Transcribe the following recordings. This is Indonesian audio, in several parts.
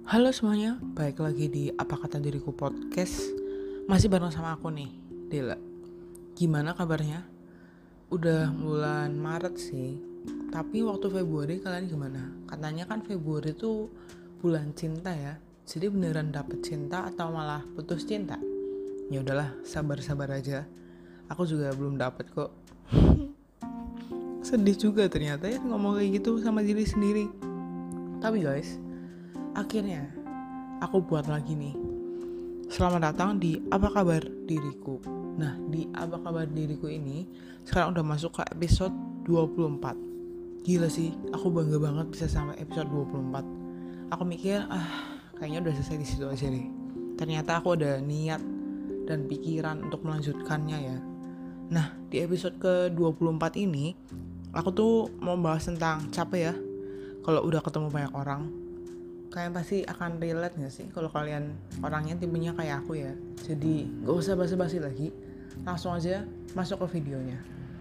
Halo semuanya, balik lagi di Apa Kata Diriku Podcast. Masih bareng sama aku nih, Dela. Gimana kabarnya? Udah bulan Maret sih, tapi waktu Februari kalian gimana? Katanya kan Februari itu bulan cinta ya. Jadi beneran dapet cinta atau malah putus cinta? Ya udahlah, sabar-sabar aja. Aku juga belum dapet kok. Sedih juga ternyata ya ngomong kayak gitu sama diri sendiri. Tapi guys, akhirnya aku buat lagi nih. Selamat datang di Apa Kabar Diriku. Nah, di Apa Kabar Diriku ini sekarang udah masuk ke episode 24. Gila sih, aku bangga banget bisa sampai episode 24. Aku mikir, kayaknya udah selesai di situ aja deh. Ternyata aku ada niat dan pikiran untuk melanjutkannya ya. Nah, di episode ke-24 ini aku tuh mau bahas tentang capek ya. Kalau udah ketemu banyak orang, kalian pasti akan relate gak sih kalau kalian orangnya tipenya kayak aku ya. Jadi gak usah basa-basi lagi, langsung aja masuk ke videonya.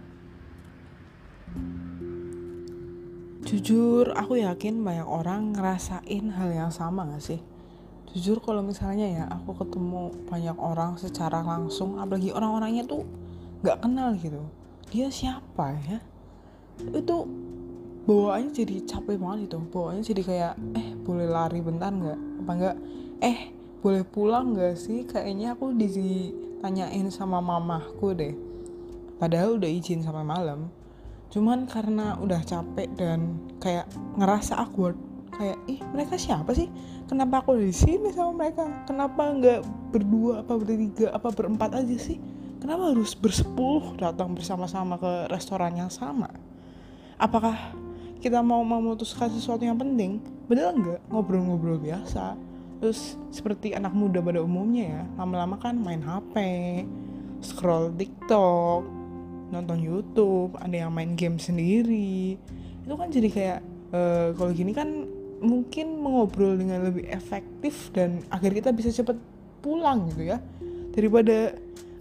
Jujur aku yakin banyak orang ngerasain hal yang sama gak sih. Jujur kalau misalnya ya aku ketemu banyak orang secara langsung, apalagi orang-orangnya tuh gak kenal gitu, dia siapa ya, itu bawaannya jadi capek banget gitu. Bawaannya jadi kayak boleh lari bentar nggak, apa nggak, boleh pulang nggak sih, kayaknya aku ditanyain sama mamahku deh, padahal udah izin sampai malam. Cuman karena udah capek dan kayak ngerasa awkward, kayak mereka siapa sih, kenapa aku di sini sama mereka, kenapa nggak berdua apa bertiga apa berempat aja sih, kenapa harus bersepuluh datang bersama-sama ke restoran yang sama. Apakah kita mau memutuskan sesuatu yang penting? Bener nggak ngobrol-ngobrol biasa? Terus seperti anak muda pada umumnya ya, lama-lama kan main HP, scroll TikTok, nonton YouTube, ada yang main game sendiri. Itu kan jadi kayak kalau gini kan mungkin mengobrol dengan lebih efektif dan agar kita bisa cepet pulang gitu ya, daripada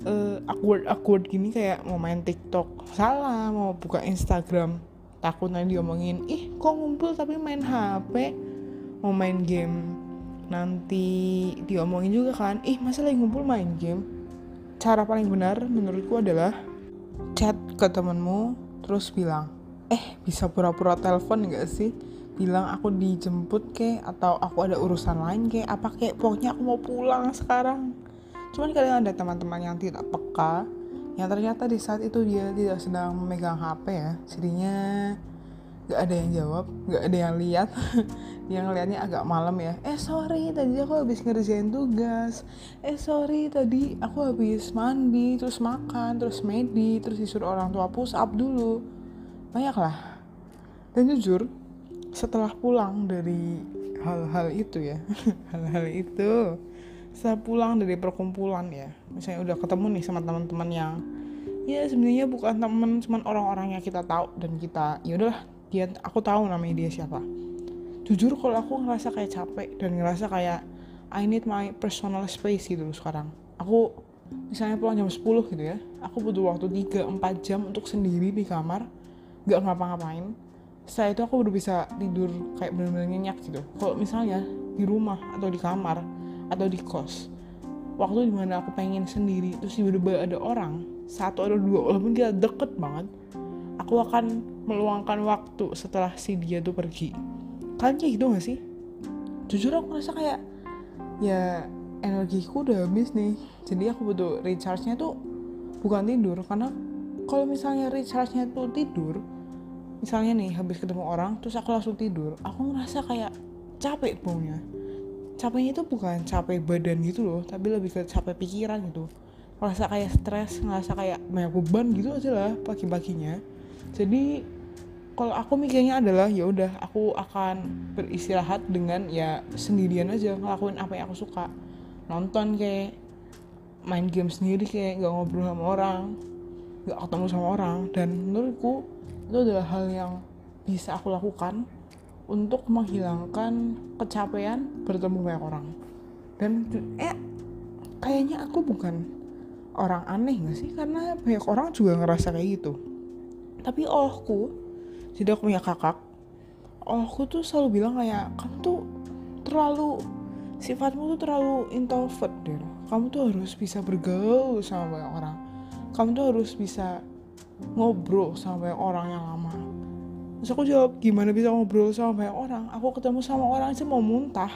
awkward gini kayak mau main TikTok salah, mau buka Instagram takut nanti diomongin kok ngumpul tapi main HP, mau main game nanti diomongin juga kan, masa lagi ngumpul main game. Cara paling benar menurutku adalah chat ke temenmu, terus bilang bisa pura-pura telepon gak sih, bilang aku dijemput kek, atau aku ada urusan lain kek, apa kek, pokoknya aku mau pulang sekarang. Cuman kadang ada teman-teman yang tidak peka, yang ternyata di saat itu dia tidak sedang memegang HP ya, jadinya gak ada yang jawab, gak ada yang lihat. Dia ngeliatnya agak malam ya, sorry tadi aku habis ngerjain tugas, sorry tadi aku habis mandi, terus makan, terus medi, terus disuruh orang tua push up dulu, banyak lah. Dan jujur setelah pulang dari hal-hal itu ya hal-hal itu, setelah pulang dari perkumpulan ya, misalnya udah ketemu nih sama teman-teman yang ya sebenarnya bukan teman, cuman orang-orang yang kita tahu dan kita ya udahlah, aku tahu namanya dia siapa. Jujur kalau aku ngerasa kayak capek dan ngerasa kayak I need my personal space gitu sekarang. Aku misalnya pulang jam 10 gitu ya, aku butuh waktu 3-4 jam untuk sendiri di kamar, gak ngapa-ngapain. Setelah itu aku udah bisa tidur kayak bener-bener nyenyak gitu. Kalau misalnya di rumah atau di kamar atau di kos, waktu dimana aku pengen sendiri terus tiba-tiba ada orang, satu atau dua, walaupun kita deket banget, aku akan meluangkan waktu setelah si dia tuh pergi. Kalian kayak gitu gak sih? Jujur aku ngerasa kayak ya energiku udah habis nih, jadi aku butuh recharge-nya tuh bukan tidur. Karena kalau misalnya recharge-nya tuh tidur, misalnya nih habis ketemu orang terus aku langsung tidur, aku ngerasa kayak capek baunya. Capeknya itu bukan capek badan gitu loh, tapi lebih ke capek pikiran gitu. Ngerasa kayak stres, ngerasa kayak banyak beban gitu aja lah pagi-paginya. Jadi kalau aku mikirnya adalah ya udah, aku akan beristirahat dengan ya sendirian aja, ngelakuin apa yang aku suka, nonton kayak, main game sendiri kayak, gak ngobrol sama orang, gak ketemu sama orang. Dan menurutku itu adalah hal yang bisa aku lakukan untuk menghilangkan kecapean bertemu banyak orang. Dan kayaknya aku bukan orang aneh gak sih, karena banyak orang juga ngerasa kayak gitu. Tapi jadi aku punya kakak, aku tuh selalu bilang kayak, kamu tuh sifatmu tuh terlalu introvert deh. Kamu tuh harus bisa bergaul sama banyak orang. Kamu tuh harus bisa ngobrol sama banyak orang yang lama. Terus aku jawab, gimana bisa ngobrol sama banyak orang? Aku ketemu sama orang aja mau muntah.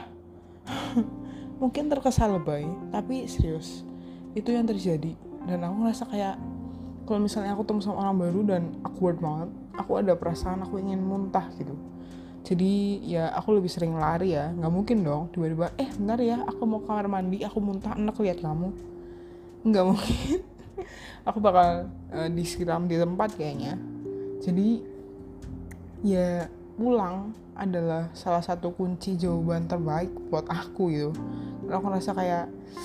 Mungkin terkesan lebay, tapi serius, itu yang terjadi. Dan aku ngerasa kayak kalau misalnya aku ketemu sama orang baru dan awkward banget, aku ada perasaan aku ingin muntah gitu. Jadi ya aku lebih sering lari ya. Gak mungkin dong tiba-tiba bentar ya, aku mau kamar mandi, aku muntah, enak lihat kamu. Gak mungkin. Aku bakal disiram di tempat kayaknya. Jadi ya pulang adalah salah satu kunci jawaban terbaik buat aku gitu. Dan aku rasa kayak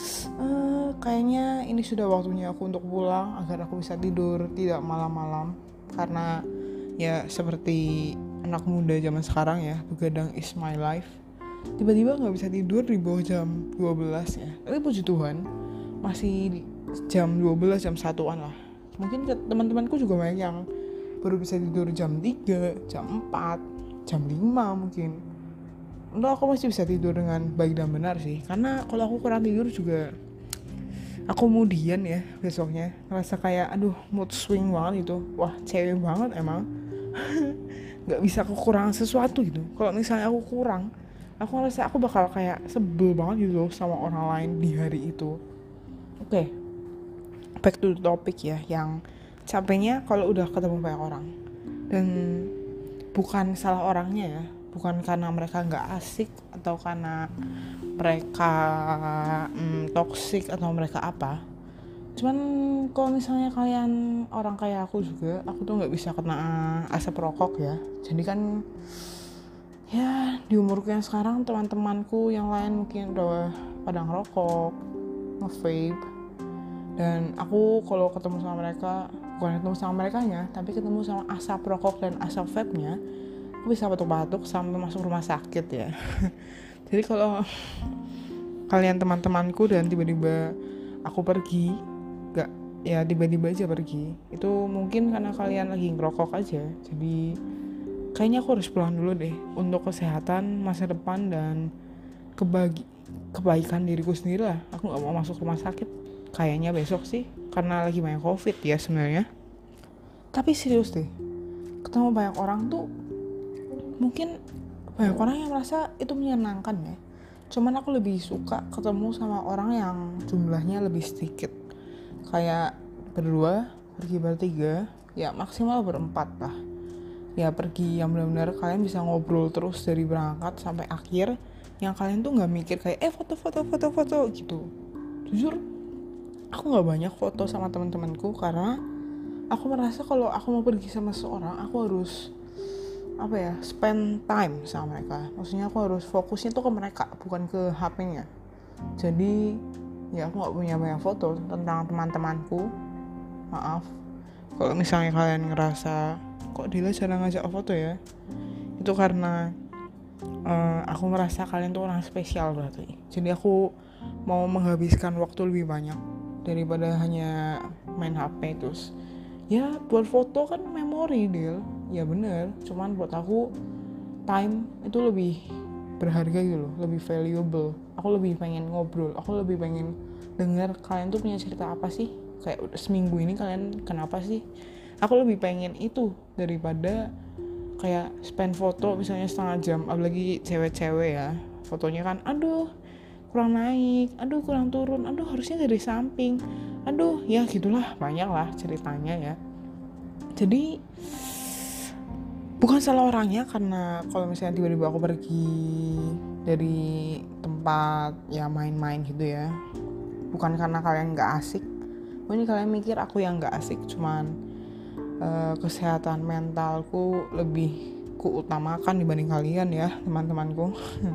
kayaknya ini sudah waktunya aku untuk pulang agar aku bisa tidur tidak malam-malam. Karena ya seperti anak muda zaman sekarang ya, begadang is my life. Tiba-tiba gak bisa tidur di bawah jam 12 ya. Tapi puji Tuhan masih jam 12, jam 1-an lah. Mungkin teman-temanku juga banyak yang baru bisa tidur jam 3, jam 4, jam 5 mungkin. Untuk aku masih bisa tidur dengan baik dan benar sih. Karena kalau aku kurang tidur juga aku kemudian ya besoknya ngerasa kayak mood swing banget itu. Wah, cewek banget emang. Gak bisa kekurangan sesuatu gitu. Kalau misalnya aku kurang, aku ngerasa aku bakal kayak sebel banget gitu sama orang lain di hari itu. Oke, back to the topic ya, yang capeknya kalau udah ketemu banyak orang. Dan bukan salah orangnya ya, bukan karena mereka gak asik atau karena mereka toxic atau mereka apa. Cuman kalau misalnya kalian orang kayak aku juga, aku tuh gak bisa kena asap rokok ya. Jadi kan ya di umurku yang sekarang, teman-temanku yang lain mungkin udah pada ngerokok, nge-vape. Dan aku kalau ketemu sama mereka, bukan ketemu sama merekanya, tapi ketemu sama asap rokok dan asap vape-nya, aku bisa batuk-batuk sampai masuk rumah sakit ya. Jadi kalau kalian teman-temanku dan tiba-tiba aku pergi, gak ya tiba-tiba aja pergi, itu mungkin karena kalian lagi ngerokok aja. Jadi kayaknya aku harus pulang dulu deh, untuk kesehatan masa depan dan kebaikan diriku sendiri lah. Aku gak mau masuk rumah sakit kayaknya besok sih, karena lagi banyak covid ya sebenarnya. Tapi serius deh, ketemu banyak orang tuh, mungkin banyak orang yang merasa itu menyenangkan ya. Cuman aku lebih suka ketemu sama orang yang jumlahnya lebih sedikit. Kayak berdua, pergi bertiga, ya maksimal berempat lah. Ya pergi yang benar-benar kalian bisa ngobrol terus dari berangkat sampai akhir, yang kalian tuh gak mikir kayak foto gitu. Jujur, aku gak banyak foto sama teman-temanku karena aku merasa kalau aku mau pergi sama seseorang, aku harus spend time sama mereka. Maksudnya aku harus fokusnya tuh ke mereka, bukan ke HP-nya. Jadi ya aku gak punya banyak foto tentang teman-temanku. Maaf kalau misalnya kalian ngerasa kok Dila jarang ngajak foto ya. Itu karena aku merasa kalian tuh orang spesial berarti. Jadi aku mau menghabiskan waktu lebih banyak daripada hanya main HP terus. Ya buat foto kan memori Dil. Ya bener, cuman buat aku time itu lebih berharga gitu loh, lebih valuable. Aku lebih pengen ngobrol, aku lebih pengen dengar kalian tuh punya cerita apa sih, kayak seminggu ini kalian kenapa sih. Aku lebih pengen itu daripada kayak spend foto misalnya setengah jam. Apalagi cewek-cewek ya, fotonya kan kurang naik, kurang turun, harusnya dari samping, ya gitulah, banyak lah ceritanya ya. Jadi bukan salah orangnya, karena kalau misalnya tiba-tiba aku pergi dari tempat ya main-main gitu ya, bukan karena kalian gak asik. Ini kalian mikir aku yang gak asik, cuman kesehatan mentalku lebih kuutamakan dibanding kalian ya teman-temanku.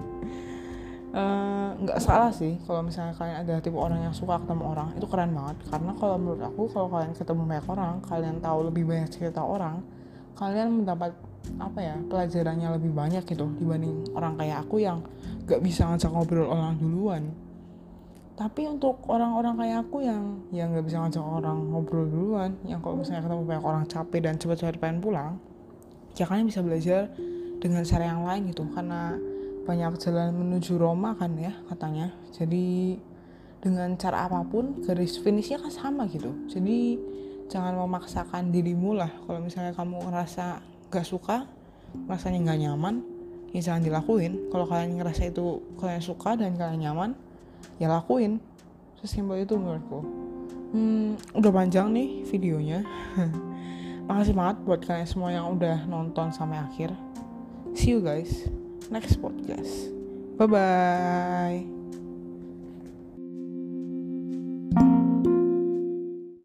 Gak salah sih kalau misalnya kalian ada tipe orang yang suka ketemu orang, itu keren banget. Karena kalau menurut aku, kalau kalian ketemu banyak orang, kalian tahu lebih banyak cerita orang, kalian mendapat pelajarannya lebih banyak gitu dibanding orang kayak aku yang gak bisa ngajak ngobrol orang duluan. Tapi untuk orang-orang kayak aku yang gak bisa ngajak orang ngobrol duluan, yang kalau misalnya ketemu banyak orang capek dan cepat-cepat pengen pulang, ya kalian bisa belajar dengan cara yang lain gitu. Karena banyak jalan menuju Roma kan ya katanya. Jadi dengan cara apapun garis finishnya kan sama gitu. Jadi jangan memaksakan dirimu lah. Kalau misalnya kamu ngerasa gak suka, rasanya gak nyaman, ya jangan dilakuin. Kalau kalian ngerasa itu kalian suka dan kalian nyaman, ya lakuin. Sesimpel itu menurutku. Udah panjang nih videonya. Makasih banget buat kalian semua yang udah nonton sampai akhir. See you guys next podcast. Bye bye.